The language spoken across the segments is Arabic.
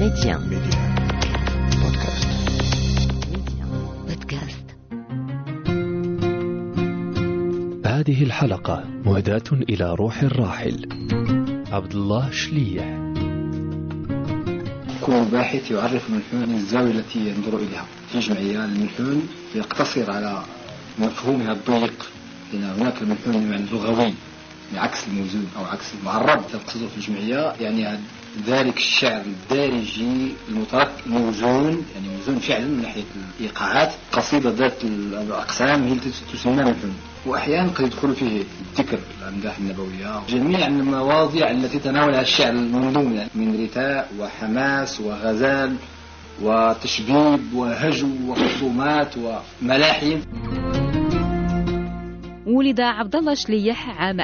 Média. Podcast. Podcast. هذه الحلقة مهداة إلى روح الراحل عبد الله شليح. كل باحث يعرف الملحون من الزاوية التي ينظر إليها. في جمعية الملحون يقتصر على مفهومها الضيق، لأن هناك الملحون يعني اللغوي بعكس الموزون أو عكس المعرب. تقصد في الجمعية يعني ذلك الشعر الدارجي الموزون، يعني موزون فعلا من ناحية الإيقاعات. قصيدة ذات الأقسام هي تسمى ملحون، وأحيانا قد يدخل فيه الذكر، الأمداح النبوية، جميع المواضيع التي تناولها الشعر المنظوم، يعني من رثاء وحماس وغزال وتشبيب وهجو وخصومات وملاحم. ولد عبد الله شليح عام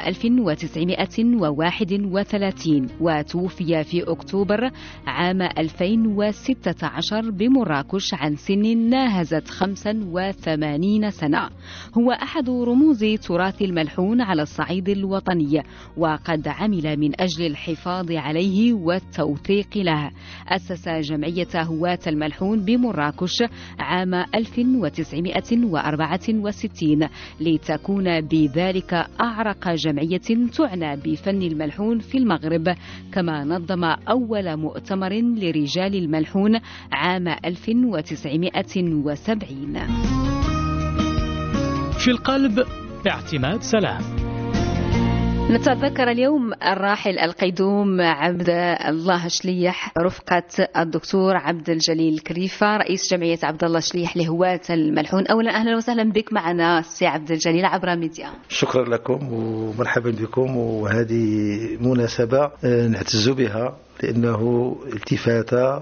1931 وتوفي في أكتوبر عام 2016 بمراكش عن سن ناهزت 85 سنة. هو أحد رموز تراث الملحون على الصعيد الوطني، وقد عمل من أجل الحفاظ عليه والتوثيق له. أسس جمعية هواة الملحون بمراكش عام 1964 لتكون بذلك أعرق جمعية تعنى بفن الملحون في المغرب، كما نظم أول مؤتمر لرجال الملحون عام 1970. في القلب اعتماد سلام. نتذكر اليوم الراحل القيدوم عبد الله شليح رفقة الدكتور عبد الجليل كريفة رئيس جمعية عبد الله شليح لهواة الملحون. أولا أهلا وسهلا بك معنا سي عبد الجليل عبر ميديا. شكرا لكم ومرحبا بكم، وهذه مناسبة نعتز بها لأنه التفاتة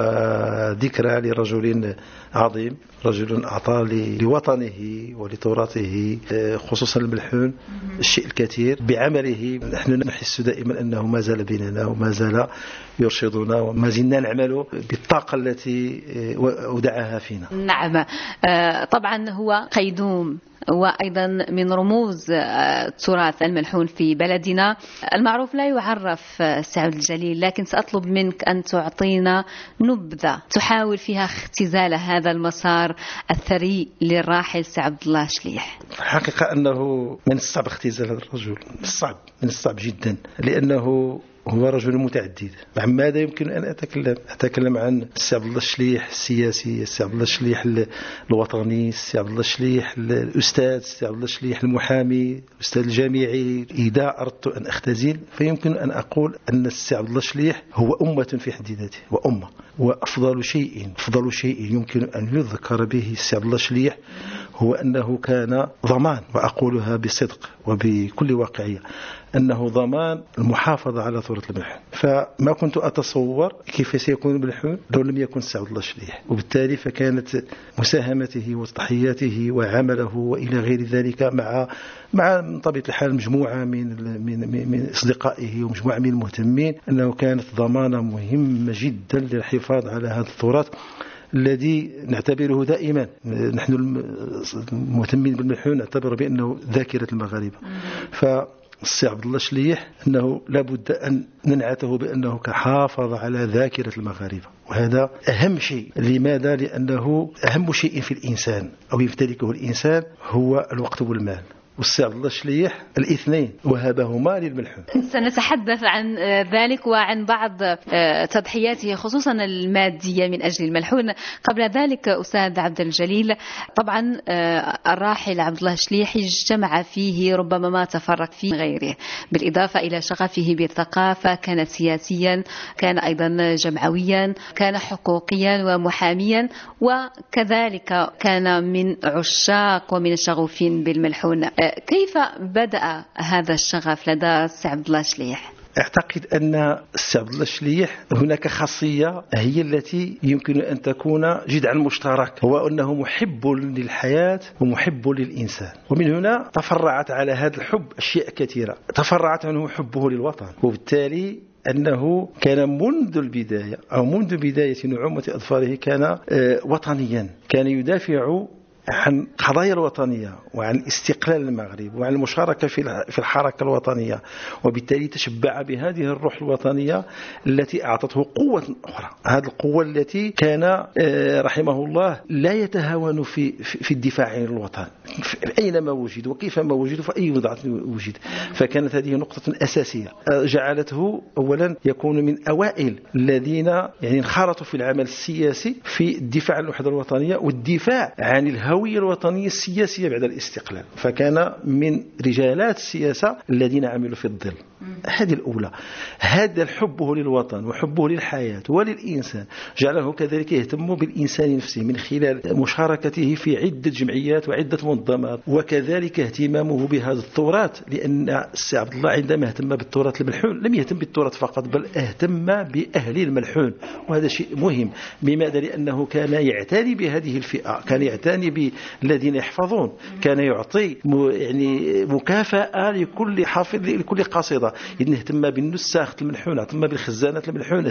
وذكرى لرجل عظيم، رجل أعطى لوطنه ولتراثه خصوصا الملحون الشيء الكثير بعمله. نحن نحس دائما أنه ما زال بيننا وما زال يرشدنا وما زلنا نعمل بالطاقة التي أودعها فينا. نعم، طبعا هو قيدوم وأيضا من رموز تراث الملحون في بلدنا. المعروف لا يعرف سعود الجليل، لكن سأطلب منك أن تعطينا نبذة تحاول فيها اختزال هذا المسار الثري للراحل عبد الله شليح. الحقيقة أنه من الصعب اختزال هذا الرجل، من الصعب جدا، لأنه هو رجل متعدد. عن ماذا يمكن أن أتكلم عن السي عبد الله شليح السياسي، السي عبد الله شليح الوطني، السي عبد الله شليح الأستاذ، السي عبد الله شليح المحامي، الأستاذ الجامعي. إذا أردت أن أختزل فيمكن أن أقول أن السي عبد الله شليح هو أمة في حد ذاته، وأمة. وأفضل شيء يمكن أن يذكر به السي عبد الله شليح هو أنه كان ضمان، وأقولها بصدق وبكل واقعية، أنه ضمان المحافظة على تراث الملحون. فما كنت أتصور كيف سيكون الملحون لو لم يكن سعود الله شليح، وبالتالي فكانت مساهمته وتضحياته وعمله وإلى غير ذلك مع طبيعة الحال مجموعة من أصدقائه ومجموعة من المهتمين، أنه كانت ضمانة مهمة جدا للحفاظ على هذا التراث الذي نعتبره دائما نحن المهتمين بالملحون نعتبر بأنه ذاكرة المغاربة. فالسي عبد الله شليح أنه لابد أن ننعته بأنه كحافظ على ذاكرة المغاربة، وهذا أهم شيء. لماذا؟ لأنه أهم شيء في الإنسان أو يمتلكه الإنسان هو الوقت والمال، والسي عبد الله شليح الاثنين وهبهما للملحون. سنتحدث عن ذلك وعن بعض تضحياته خصوصا المادية من أجل الملحون. قبل ذلك أستاذ عبد الجليل، طبعا الراحل عبد الله شليح اجتمع فيه ربما ما تفرق فيه غيره، بالإضافة إلى شغفه بالثقافة. كان سياسيا، كان أيضا جمعويا، كان حقوقيا ومحاميا، وكذلك كان من عشاق ومن الشغوفين بالملحون. كيف بدأ هذا الشغف لدى السي عبد الله شليح؟ أعتقد أن السي عبد الله شليح هناك خاصية هي التي يمكن أن تكون جذعا مشترك، هو أنه محب للحياة ومحب للإنسان. ومن هنا تفرعت على هذا الحب أشياء كثيرة. تفرعت عنه حبه للوطن، وبالتالي أنه كان منذ بداية نعومة أظفاره كان وطنيا، كان يدافع عن قضايا الوطنية وعن استقلال المغرب وعن المشاركة في الحركة الوطنية، وبالتالي تشبع بهذه الروح الوطنية التي أعطته قوة أخرى. هذه القوة التي كان رحمه الله لا يتهاون في الدفاع عن الوطن أينما وجد وكيفما وجد في أي وضع وجد. فكانت هذه نقطة أساسية جعلته أولا يكون من أوائل الذين يعني انخرطوا في العمل السياسي في الدفاع عن الوحدة الوطنية والدفاع عن الهوية الوطنية السياسية بعد الاستقلال. فكان من رجالات السياسة الذين عملوا في الظل. هذه الأولى. هذا حبه للوطن وحبه للحياة وللإنسان جعله كذلك يهتم بالإنسان نفسه من خلال مشاركته في عدة جمعيات وعدة منظمات، وكذلك اهتمامه بهذا التراث، لأن السي عبد الله عندما اهتم بالتراث الملحون لم يهتم بالتراث فقط بل اهتم بأهل الملحون، وهذا شيء مهم. لماذا؟ لأنه كان يعتني بهذه الفئة، كان يعتني بالذين يحفظون، كان يعطي يعني مكافأة لكل حافظ لكل قصيدة. إذن اهتم بالنساخ الملحون، اهتم بالخزانات الملحون،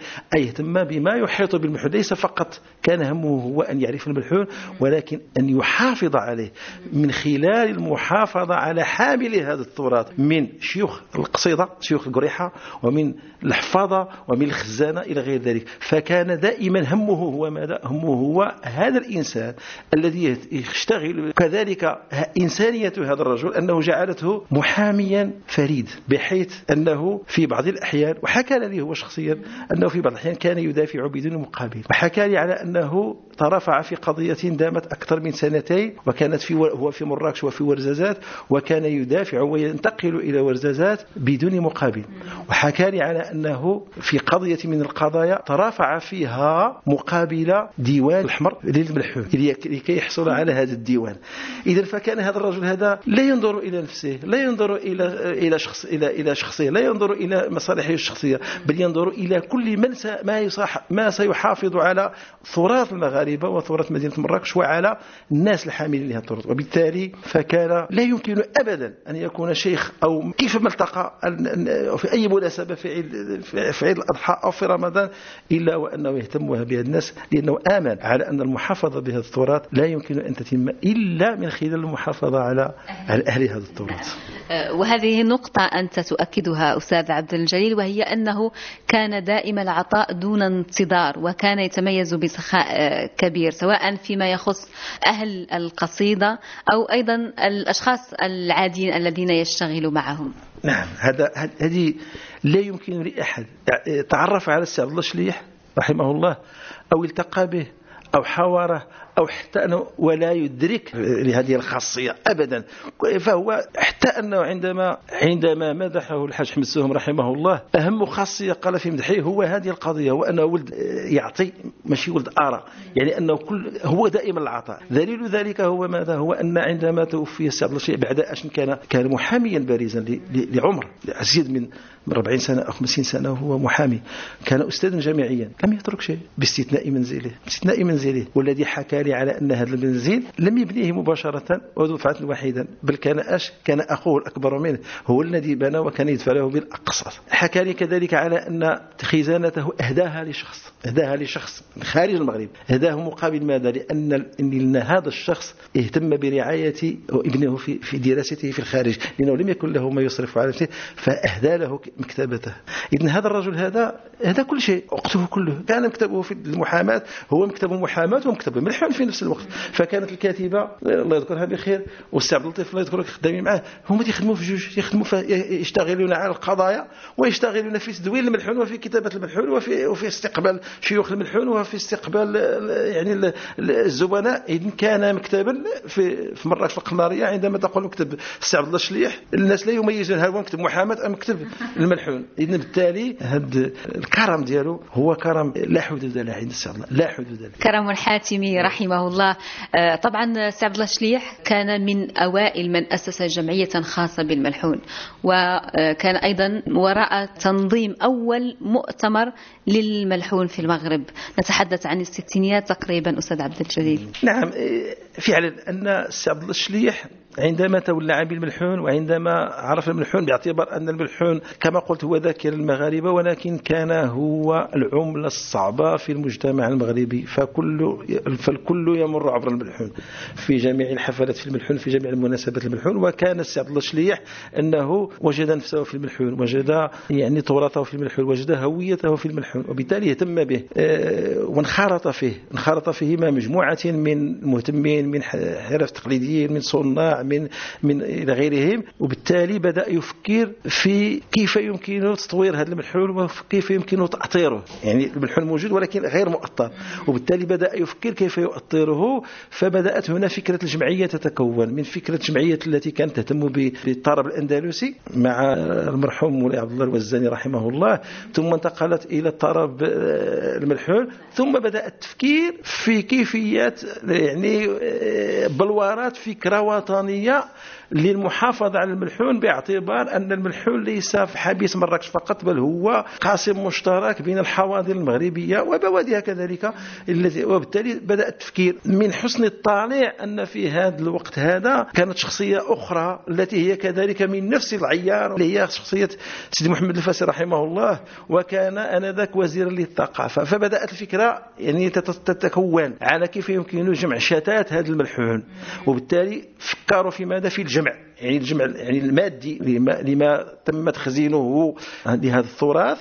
اهتم بما يحيط بالملحون. ليس فقط كان همه هو أن يعرف الملحون، ولكن أن يحافظ عليه من خلال المحافظة على حامل هذا التراث من شيوخ القصيدة، شيوخ القريحة، ومن الحفاظة، ومن الخزانة إلى غير ذلك. فكان دائما همه هو ماذا؟ همه هو هذا الإنسان الذي يشتغل. كذلك إنسانية هذا الرجل أنه جعلته محاميا فريد، بحيث أنه في بعض الأحيان، وحكى لي هو شخصيا أنه في بعض الأحيان كان يدافع بدون مقابل. وحكى لي على أنه ترافع في قضية دامت أكثر من سنتين، وكانت هو في مراكش وفي ورزازات، وكان يدافع وينتقل إلى ورزازات بدون مقابل. وحكى لي على أنه في قضية من القضايا ترافع فيها مقابل ديوان الأحمر للملحون لكي يحصل على هذا الديوان. إذن فكان هذا الرجل هذا لا ينظر إلى نفسه، لا ينظر إلى شخصية، لا ينظر إلى مصالحه الشخصية، بل ينظر إلى كل ما سيحافظ على تراث المغاربة وتراث مدينة مراكش وعلى الناس الحاملين لها التراث. وبالتالي فكان لا يمكن أبدا أن يكون شيخ أو كيفما التقى في أي مناسبة في عيد الأضحى أو في رمضان إلا وأنه يهتم بها الناس، لأنه آمن على أن المحافظة بهذا التراث لا يمكن أن تتم إلا من خلال المحافظة على أهل هذا التراث. وهذه نقطة أنت تؤكدها أستاذ عبد الجليل، وهي أنه كان دائم العطاء دون انتظار، وكان يتميز بسخاء كبير سواء فيما يخص أهل القصيدة أو أيضا الأشخاص العاديين الذين يشتغل معهم. نعم، هذه لا يمكن لأحد تعرف على السي عبد الله شليح رحمه الله أو التقى به أو حاوره أو حتى أنه ولا يدرك لهذه الخاصية أبدا. فهو حتى أنه عندما مدحه الحاج حمد السهم رحمه الله، أهم خاصية قال في مدحه هو هذه القضية، وأنه ولد يعطي ماشي ولد آراء، يعني أنه هو دائما العطاء. دليل ذلك هو ماذا؟ هو أن عندما توفي السي عبد الله شليح بعد أن كان محاميا بارزا لعمر أزيد من 40 سنة أو 50 سنة وهو محامي، كان أستاذا جامعيا، لم يترك شيء باستثناء منزله. والذي حكى لي على أن هذا المنزل لم يبنيه مباشرة ودفعة واحدا، بل كان أخوه الأكبر منه هو الذي بنى وكان يدفع له بالأقساط. حكى لي كذلك على أن خزانته أهداها لشخص من خارج المغرب، أهداه مقابل ماذا؟ لأن هذا الشخص اهتم برعاية ابنه في دراسته في الخارج، لأنه لم يكن له ما يصرف على نفسه، فأهدى له مكتبته. إذن هذا الرجل هذا كل شيء، وقته كله كان مكتبه في المحاماة هو مكتب محاماة ومكتب ملحون في نفس الوقت. فكانت الكاتبة الله يذكرها بخير والسي عبد اللطيف الله يذكره خدامين معاه، هما يخدموا في جوج، يشتغلون على القضايا ويشتغلون في تدوين الملحون وفي كتابة الملحون وفي استقبال شيوخ الملحون وفي استقبال يعني الزبناء. إذن كان مكتبا في مراكش القمارية. عندما تقول مكتب السي عبد الله شليح الناس لا يميزون هل هو مكتب محاماة أم مكتب الملحون. إذن بالتالي هذا الكرم ديالو هو كرم لا حدود له عند السي عبد الله، لا حدود له. كرم الحاتمي رحمه الله. طبعا السي عبد الله شليح كان من أوائل من أسس جمعية خاصة بالملحون، وكان أيضا وراء تنظيم أول مؤتمر للملحون في المغرب. نتحدث عن الستينيات تقريبا أستاذ عبد الجليل. نعم، فعلا أن السي عبد الله شليح عندما تولى عن بالملحون، وعندما عرف الملحون باعتبار أن الملحون كما قلت هو ذاكر المغاربة، ولكن كان هو العملة الصعبة في المجتمع المغربي، فالكل يمر عبر الملحون في جميع الحفلات في الملحون، في جميع المناسبات الملحون. وكان السي عبد الله الشليح أنه وجد نفسه في الملحون، وجد يعني تراثه في الملحون، وجد هويته في الملحون، وبالتالي اهتم به وانخرط فيه مع مجموعة من المهتمين، من حرف تقليديين، من صناع، من إلى غيرهم. وبالتالي بدأ يفكر في كيف يمكن تطوير هذا الملحون وكيف يمكن تأطيره. يعني الملحون موجود ولكن غير مؤطر، وبالتالي بدأ يفكر كيف يؤطره. فبدأت هنا فكرة الجمعية تتكون من فكرة الجمعية التي كانت تهتم بالطرب الأندلسي مع المرحوم مولاي عبد الله الوزاني رحمه الله، ثم انتقلت إلى الطرب الملحون، ثم بدأ التفكير في كيفية يعني بلورات فكرة وطنية للمحافظة على الملحون، باعتبار أن الملحون ليس في حبيس مراكش فقط، بل هو قاسم مشترك بين الحواضر المغربية وبواديها كذلك. وبالتالي بدأ التفكير من حسن الطالع أن في هذا الوقت هذا كانت شخصية أخرى التي هي كذلك من نفس العيار، اللي هي شخصية سيدي محمد الفاسي رحمه الله، وكان آنذاك وزيرا للثقافة. فبدأت الفكرة يعني تتكون على كيف يمكن جمع شتات هذا الملحون، وبالتالي فكروا في ماذا؟ في الجمع، يعني الجمع يعني المادي لما تم تخزينه لهذا التراث،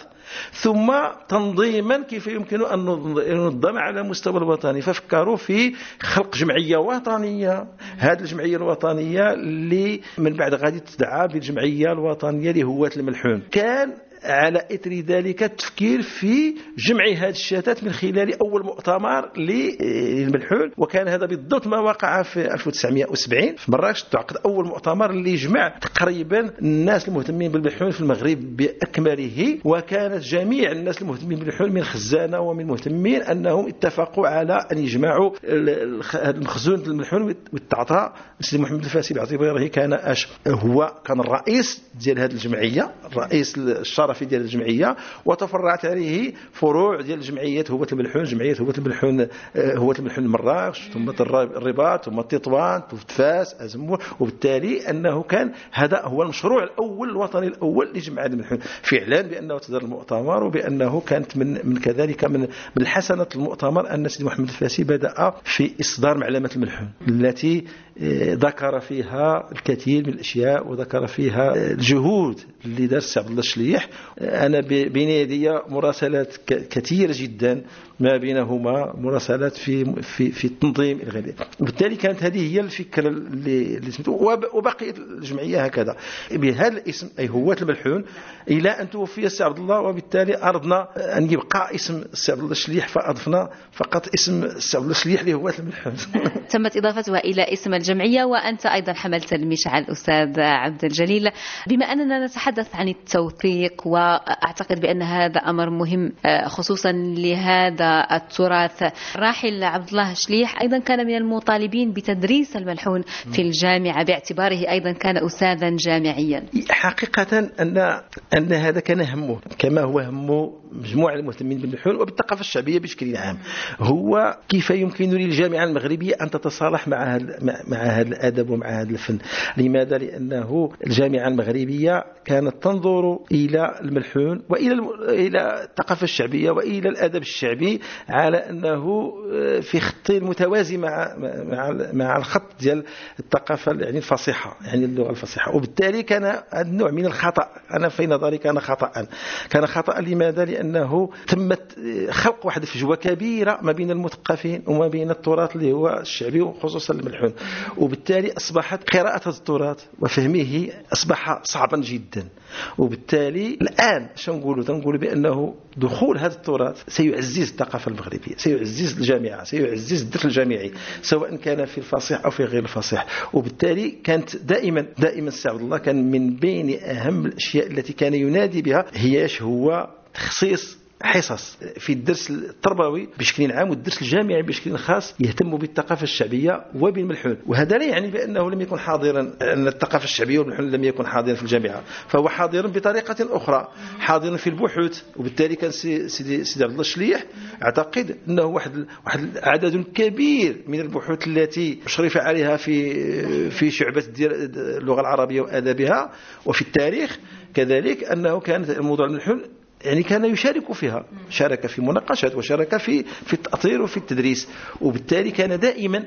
ثم تنظيما كيف يمكن أن ننظم على مستوى الوطني. ففكروا في خلق جمعية وطنية. هذه الجمعية الوطنية اللي من بعد غادي تدعى بالجمعية الوطنية لهواة الملحون. كان على إثر ذلك التفكير في جمع هذه الشتات من خلال أول مؤتمر للملحون، وكان هذا بالضبط ما وقع في 1970 في مراكش. تعقد أول مؤتمر اللي يجمع تقريبا الناس المهتمين بالملحون في المغرب بأكمله، وكانت جميع الناس المهتمين بالملحون من خزانة ومن مهتمين أنهم اتفقوا على أن يجمعوا المخزون الملحون والتعطاء سيدي محمد الفاسي، باعتباره كان كان الرئيس ديال هذه الجمعية، الرئيس الشرفي ديال الجمعية، وتفرعت عليه فروع ديال الجمعيات هوة الملحون، جمعية هوة الملحون مراكش، ثم الرباط، ثم تطوان، ثم فاس، أزمور. وبالتالي أنه كان هذا هو المشروع الأول الوطني الأول لجمع الملحون. في إعلان بأنه تدار المؤتمر، وبأنه كانت من كذلك من الحسنة المؤتمر أن سيدي محمد الفاسي بدأ في إصدار معلمة الملحون التي ذكر فيها الكثير من الأشياء، وذكر فيها الجهود اللي دار السي عبد الله الشليح. أنا بين يدي مراسلات كثيرة جدا، ما بينهما مراسلات في التنظيم إلى غيره. وبالتالي كانت هذه هي الفكرة اللي وبقيت الجمعية هكذا بهذا الاسم، أي هواة الملحون، إلى أن توفي السي عبد الله. وبالتالي أردنا أن يبقى اسم السي عبد الله الشليح، فأضفنا فقط اسم السي عبد الله الشليح لهواة الملحون. تمت إضافتها إلى اسم الجمعية، وأنت أيضا حملت المشعل أستاذ عبد الجليل. بما أننا نتحدث عن التوثيق، وأعتقد بأن هذا أمر مهم خصوصا لهذا التراث، راحل عبد الله الشليح أيضا كان من المطالبين بتدريس الملحون في الجامعة، باعتباره أيضا كان أستاذا جامعيا. حقيقة أن هذا كان همه، كما هو همه مجموعة المهتمين بالملحون وبالثقافة الشعبية بشكل عام، هو كيف يمكن للجامعة المغربية أن تتصالح مع هذا الأدب ومع هذا الفن. لماذا؟ لأنه الجامعة المغربية كانت تنظر إلى الملحون وإلى الثقافة الشعبية وإلى الأدب الشعبي على أنه في خط متوازي مع الخط ديال الثقافة يعني الفصيحة، يعني اللغة الفصيحة. وبالتالي كان هذا النوع من الخطأ، أنا في نظري كان خطأ. لماذا؟ لأنه تمت خلق واحد فجوة كبيرة ما بين المثقفين وما بين التراث اللي هو الشعبي وخصوصا الملحون. وبالتالي أصبحت قراءة هذا التراث وفهمه أصبح صعبا جدا. وبالتالي الآن تنقول بأنه دخول هذا التراث سيعزز الثقافة المغربية، سيعزز الجامعة، سيعزز الدرس الجامعي، سواء كان في الفصيح أو في غير الفصيح. وبالتالي كانت دائما السي عبد الله كان من بين أهم الأشياء التي كان ينادي بها هو تخصيص حصص في الدرس التربوي بشكل عام والدرس الجامعي بشكل خاص يهتم بالثقافة الشعبية وبالملحون. وهذا لا يعني بأنه لم يكن حاضرا، أن الثقافة الشعبية والملحون لم يكن حاضرا في الجامعة، فهو حاضر بطريقة أخرى، حاضر في البحوث. وبالتالي كان سيدي عبد الله الشليح أعتقد أنه واحد عدد كبير من البحوث التي أشرف عليها في شعبة اللغة العربية وآدابها وفي التاريخ كذلك، أنه كانت الموضوع الملحون يعني كان يشارك فيها، شارك في مناقشات وشارك في التأطير وفي التدريس. وبالتالي كان دائما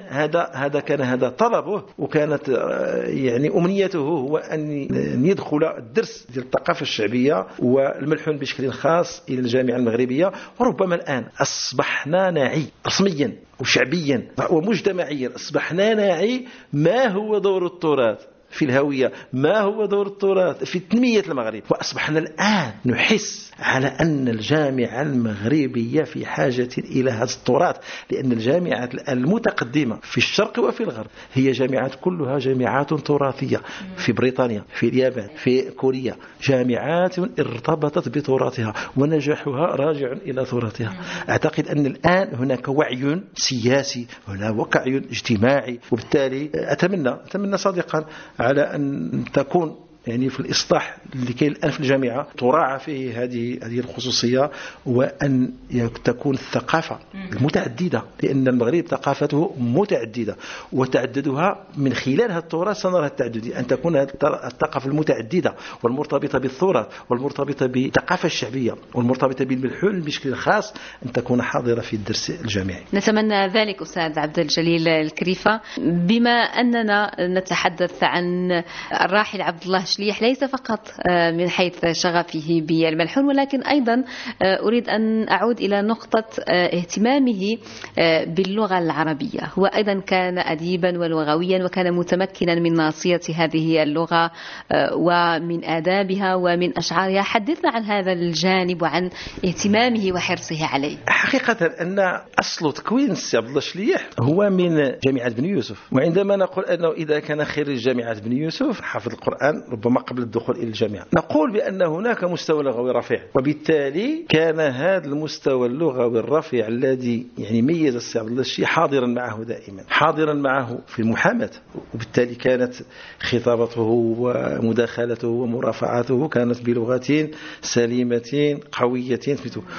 هذا طلبه، وكانت يعني أمنيته هو أن يدخل الدرس ديال الثقافة الشعبية والملحون بشكل خاص إلى الجامعة المغربية. وربما الآن أصبحنا نعي رسميا وشعبيا ومجتمعيا، أصبحنا نعي ما هو دور التراث في الهوية، ما هو دور التراث في تنمية المغرب. وأصبحنا الآن نحس على أن الجامعة المغربية في حاجة إلى هذا التراث، لأن الجامعات المتقدمة في الشرق وفي الغرب هي جامعات كلها جامعات تراثية، في بريطانيا، في اليابان، في كوريا، جامعات ارتبطت بتراثها ونجاحها راجع إلى تراثها. أعتقد أن الآن هناك وعي سياسي، هناك وعي اجتماعي، وبالتالي أتمنى صادقا على أن تكون يعني في الإصلاح اللي كاين الآن في الجامعة تراعى فيه هذه الخصوصية، وأن تكون الثقافة المتعددة، لأن المغرب ثقافته متعددة وتعددها من خلال هذا التراث سنرى التعددية، أن تكون الثقافة المتعددة والمرتبطة بالتراث والمرتبطة بالثقافة الشعبية والمرتبطة بالملحون بشكل خاص أن تكون حاضرة في الدرس الجامعي. نتمنى ذلك أستاذ عبد الجليل الكريفة. بما أننا نتحدث عن الراحل عبد الله شليح ليس فقط من حيث شغفه بالملحون، ولكن أيضا أريد أن أعود إلى نقطة اهتمامه باللغة العربية. هو أيضا كان أديبا ولغويا، وكان متمكنا من ناصية هذه اللغة ومن آدابها ومن أشعارها. حدثنا عن هذا الجانب وعن اهتمامه وحرصه عليه. حقيقة أن أصل تكوين السي عبد الله شليح هو من جامعة بن يوسف، وعندما نقول أنه إذا كان خريج جامعة بن يوسف حافظ القرآن ربما قبل الدخول إلى الجامعة، نقول بأن هناك مستوى لغوي رفيع، وبالتالي كان هذا المستوى اللغوي الرفيع الذي يعني ميز السي عبد الله شليح حاضرا معه دائما، حاضرا معه في المحاماة، وبالتالي كانت خطابته ومداخلته ومرافعاته كانت بلغتين سليمتين قويتين،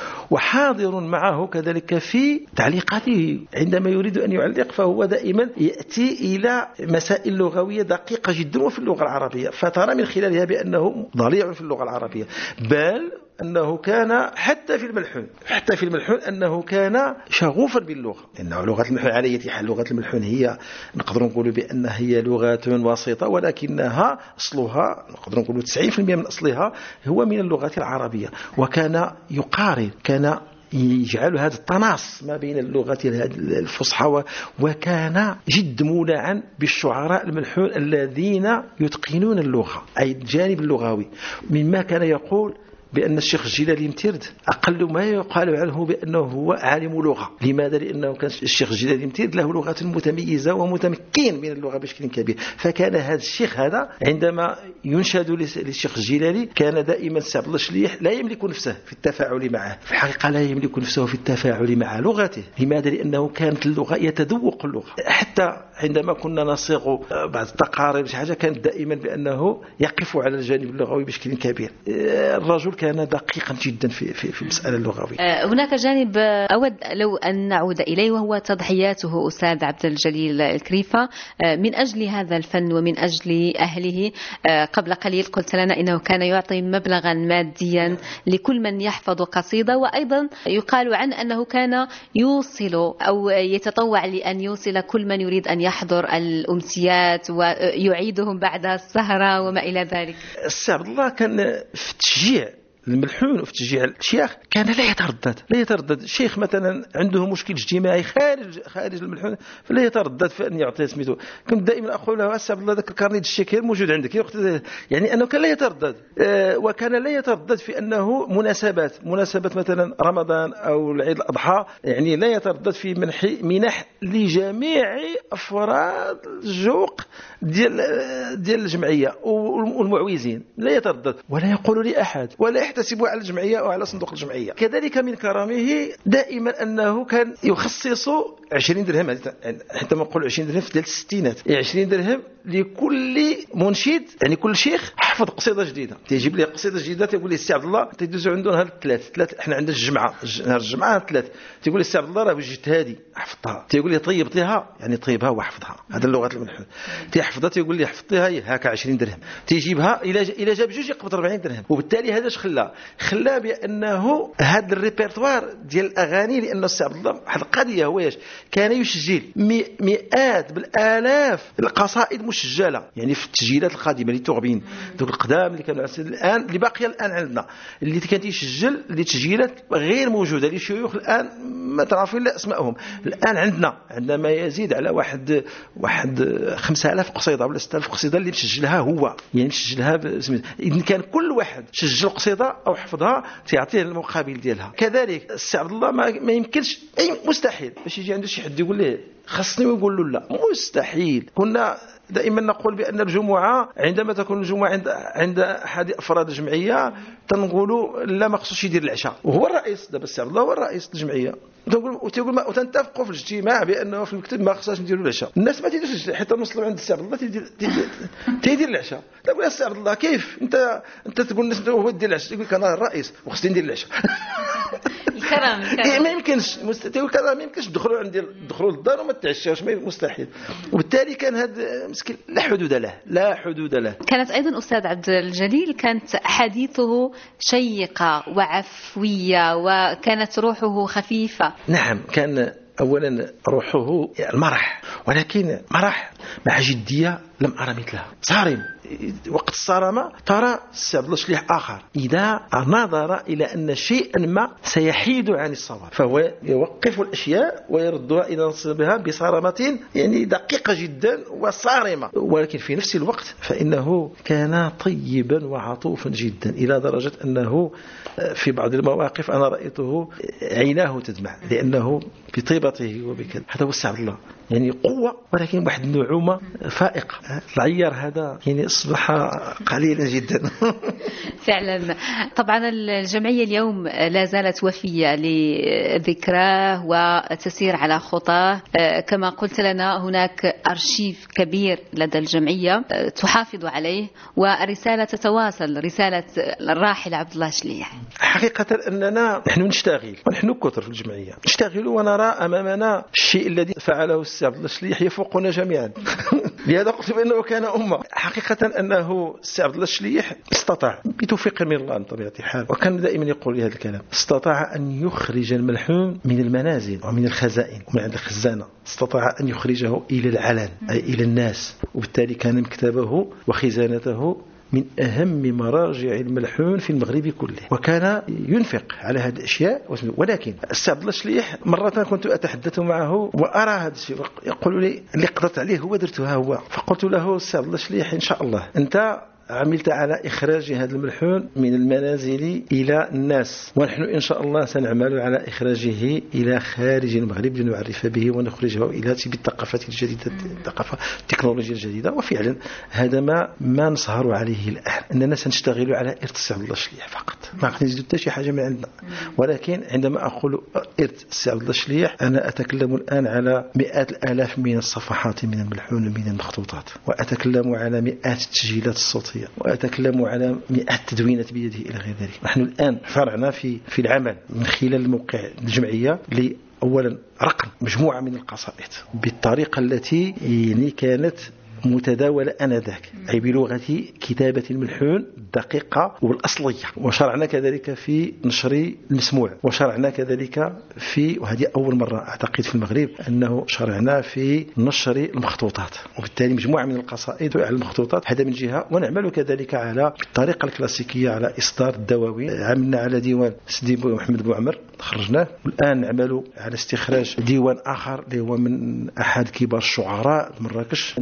وحاضر معه كذلك في تعليقاته عندما يريد أن يعلق، فهو دائما يأتي إلى مسائل لغوية دقيقة جدا وفي اللغة العربية، فترى من خلالها بأنه ضليع في اللغة العربية، بل أنه كان حتى في الملحون أنه كان شغوفا باللغة، لأنه لغة الملحون على أي حال لغة الملحون هي نقدر نقول بأنها هي لغة وسيطة، ولكنها أصلها نقدر نقول 90% من أصلها هو من اللغة العربية، وكان يقارن، كان يجعل هذا التناص ما بين اللغة الفصحى، وكان جد مولعا بالشعراء الملحون الذين يتقنون اللغة أي الجانب اللغوي، مما كان يقول بأن الشيخ الجلالي متيرد أقل ما يقال عنه بأنه هو عالم لغة. لماذا؟ لأنه كان الشيخ الجلالي متيرد له لغة متميزة ومتمكن من اللغة بشكل كبير، فكان هذا الشيخ هذا عندما ينشد للشيخ الجلالي كان دائما السي عبد الله شليح لا يملك نفسه في التفاعل معه، في الحقيقة لا يملك نفسه في التفاعل مع لغته. لماذا؟ لأنه كانت اللغة يتذوق اللغة، حتى عندما كنا نصيغ بعض التقارير حاجة كانت دائما بأنه يقف على الجانب اللغوي بشكل كبير. الرجل كان دقيقا جدا في المسألة اللغوية. هناك جانب أود لو أن نعود إليه، وهو تضحياته أستاذ عبد الجليل الكريفة من أجل هذا الفن ومن أجل أهله. قبل قليل قلت لنا إنه كان يعطي مبلغا ماديا لكل من يحفظ قصيدة، وأيضا يقال عنه أنه كان يوصل أو يتطوع لأن يوصل كل من يريد أن يحضر الأمسيات ويعيدهم بعد السهرة وما إلى ذلك. السي عبد الله كان في تشجيع الملحون وفي تشجيع الشيخ كان لا يتردد. الشيخ مثلا عنده مشكل اجتماعي خارج الملحون فلا يتردد في ان يعطي سميتو. كنت دائما اقول له السي عبد الله ذاك الكارنيت الشكير موجود عندك، يعني انه كان لا يتردد، وكان لا يتردد في انه مناسبات مثلا رمضان او العيد الاضحى، يعني لا يتردد في منح لجميع افراد الجوق ديال الجمعيه والمعوزين، لا يتردد ولا يقول لاحد ولا يحتسبها على الجمعية أو على صندوق الجمعية. كذلك من كرمه دائما أنه كان يخصص 20 درهم، حتى ما نقول 20 درهم في ديال الستينات، 20 درهم لكل منشد، يعني كل شيخ حفظ قصيدة جديدة، تيجيب لي قصيدة جديدة تيقول لي السي عبد الله تيدوزوا عندهم هاد الثلاث، احنا عندنا الجمعة، نهار الجمعة ثلاث، تيقول لي السي عبد الله راه وجدت هذه حفظتها، تيقول لي طيبتيها، يعني طيبها وحفظها، هذا اللغة الملحون، تيحفظها تيقول لي حفظتيها هكا 20 درهم، تيجيبها إلى جاب جوج يقبض 40 درهم. وبالتالي هذا اش خلى بأنه هذا الريبرتوار ديال الأغاني، لأنه السي عبد الله واحد القضية هو كان يسجل مئات بالآلاف القصائد مسجلة، يعني في التسجيلات القديمة اللي تغبين دوك القدام اللي كانوا الآن اللي باقية الآن عندنا، اللي كان يسجل اللي تسجيلات غير موجودة لشيوخ الآن ما تعرفين لا أسمائهم. الآن عندنا ما يزيد على واحد 5000 قصيدة ولا 6000 قصيدة اللي مسجلها هو، يعني مسجلها إذن كان كل واحد سجل قصيدة أو حفظها تعطيه المقابل ديالها. كذلك السي عبد الله ما يمكنش أي مستحيل باش يجي عنده شي حد يقول له خصني ويقول له لا، مستحيل. كنا دائما نقول بأن الجمعة عندما تكون الجمعة عند أحد أفراد الجمعية تنقولوا لا ما خصوش يدير العشاء، وهو الرئيس، دابا السي عبد الله هو الرئيس الجمعية، وتنتفقوا في الاجتماع بأنه في المكتب ما خصناش نديروا العشاء. الناس ما تيديروش حتى نوصلوا عند السي عبد الله تيدير العشاء. تقول يا السي عبد الله كيف انت تقول الناس هو يدير العشاء، يقول لك انا الرئيس وخصني ندير العشاء. الكرم ما يمكنش تقول كذا، ما يمكنش تدخلوا للدار وما تتعشاوش، مستحيل. وبالتالي كان هذا مسكين لا حدود له. كانت أيضا أستاذ عبد الجليل كانت حديثه شيقة وعفوية وكانت روحه خفيفة. نعم، كان أولا روحه المرح، ولكن مرح مع جدية لم أرى مثلها، صارم. وقت الصرامة ترى السي عبد الله شليح آخر إذا نظر إلى أن شيئا ما سيحيد عن الصواب فهو يوقف الأشياء ويردها إلى نصبها بصرامة يعني دقيقة جدا وصارمة، ولكن في نفس الوقت فإنه كان طيبا وعطوفا جدا، إلى درجة أنه في بعض المواقف أنا رأيته عيناه تدمع لأنه بطيبته وبكذا. هذا هو السي عبد الله، يعني قوة ولكن واحد النعومة فائقة. العيار هذا يعني أصبح قليلا جدا. فعلا. طبعا الجمعية اليوم لا زالت وفية لذكراه وتسير على خطاه. كما قلت لنا هناك أرشيف كبير لدى الجمعية تحافظ عليه، والرسالة تتواصل، رسالة الراحل عبد الله شليح. حقيقة أننا نحن نشتغل ونحن كثر في الجمعية، نشتغل ونرى أمامنا الشيء الذي فعله السي عبد الله شليح يفوقنا جميعا. لهذا قلت بأنه كان أمة. حقيقة أنه السي عبد الله شليح استطاع بتوفيق من الله بطبيعة الحال، وكان دائما يقول لي هذا الكلام، استطاع أن يخرج الملحون من المنازل ومن الخزائن ومن عند الخزانة، استطاع أن يخرجه إلى العلن أي إلى الناس، وبالتالي كان مكتبه وخزانته من أهم مراجع الملحون في المغرب كله، وكان ينفق على هذه الأشياء. ولكن السي عبد الله شليح مرة كنت أتحدث معه وأرى هذا الشيء، يقول لي اللي قدرت عليه هو درتها هو. فقلت له السي عبد الله شليح إن شاء الله أنت عملت على إخراج هذا الملحون من المنازل إلى الناس، ونحن إن شاء الله سنعمل على إخراجه إلى خارج المغرب لنعرف به ونخرجه إلى بالثقافة الجديدة، الثقافة التكنولوجيا الجديدة. وفعلا هذا ما نسهر عليه الآن، أننا سنشتغل على إرث السي عبد الله شليح فقط، ما نزيد حتى شي حاجة من عندنا. ولكن عندما أقول إرث السي عبد الله شليح أنا أتكلم الآن على مئات الآلاف من الصفحات من الملحون من المخطوطات، وأتكلم على مئات التسجيلات الصوتية، وأتكلم على مئات تدوينات بيده إلى غير ذلك. نحن الآن فرعنا في العمل من خلال الموقع الجمعية أولا رقم مجموعة من القصائد بالطريقة التي يعني كانت متداولة آنذاك، أي بلغة كتابة الملحون الدقيقة والأصلية. وشرعنا كذلك في نشر المسموع، وشرعنا كذلك في، وهذه أول مرة أعتقد في المغرب أنه شرعنا في نشر المخطوطات، وبالتالي مجموعة من القصائد على المخطوطات. هذا من جهة. ونعمل كذلك على الطريقة الكلاسيكية على إصدار الدواوين، عملنا على ديوان سيدي محمد بن عمر خرجناه، والآن نعمل على استخراج ديوان آخر اللي هو من أحد كبار الشعراء مراكش، هو سيدي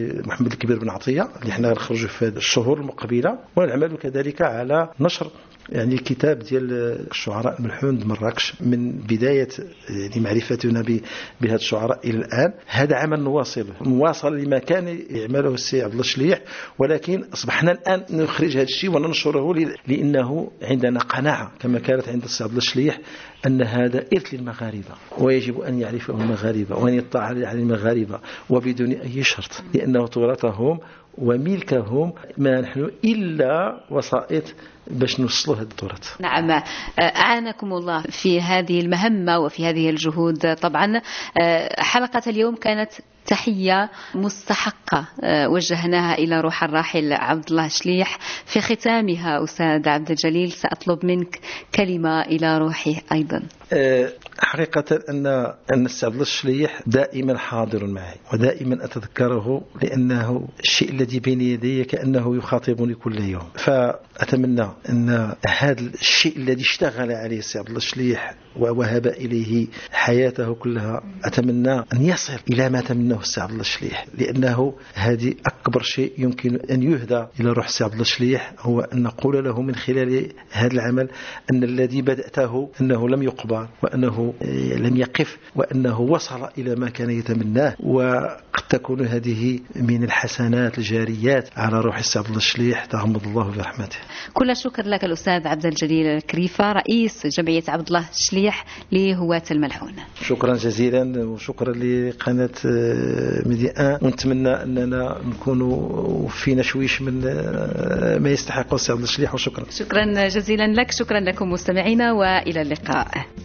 محمد الكبير بن عطية اللي احنا غنخرجوا في هذه الشهور المقبلة، ونعمل كذلك على نشر يعني الكتاب ديال الشعراء الملحون مراكش من بداية يعني معرفتنا بهذا الشعراء إلى الآن. هذا عمل مواصل لما كان يعمله السي عبد الله شليح، ولكن أصبحنا الآن نخرج هذا الشيء وننشره لأنه عندنا قناعة كما كانت عند السي عبد الله شليح أن هذا إرث للمغاربة ويجب أن يعرفه المغاربة وأن يطلع على المغاربة وبدون أي شرط، لأنه تراثهم وملكهم ما نحن إلا وسائط باش نوصلوا هذا التراث. نعم، أعانكم الله في هذه المهمة وفي هذه الجهود. طبعا حلقة اليوم كانت تحية مستحقة وجهناها إلى روح الراحل عبد الله شليح. في ختامها أستاذ عبد الجليل سأطلب منك كلمة إلى روحه أيضا. حقيقة أن السي عبد الله شليح دائما حاضر معي ودائما أتذكره، لأنه الشيء الذي بين يدي كأنه يخاطبني كل يوم. فأتمنى أن هذا الشيء الذي اشتغل عليه السي عبد الله شليح ووهب إليه حياته كلها، أتمنى أن يصل إلى ما تمناه السي عبد الله شليح، لأنه هذه أكبر شيء يمكن أن يهدى إلى روح السي عبد الله شليح، هو أن نقول له من خلال هذا العمل أن الذي بدأته أنه لم يقبل وأنه لم يقف وأنه وصل إلى ما كان يتمناه، وقد تكون هذه من الحسنات الجاريات على روح السي عبد الله شليح تغمض الله برحمته. كل الشكر لك الأستاذ عبد الجليل الكريفة، رئيس جمعية عبد الله شليح لهواة الملحون. شكرا جزيلا وشكرا لقناة ميديا، ونتمنى أننا نكون فينا شويش من ما يستحقه السي عبد الله شليح. وشكرا. شكرا جزيلا لك، شكرا لكم مستمعينا، وإلى اللقاء.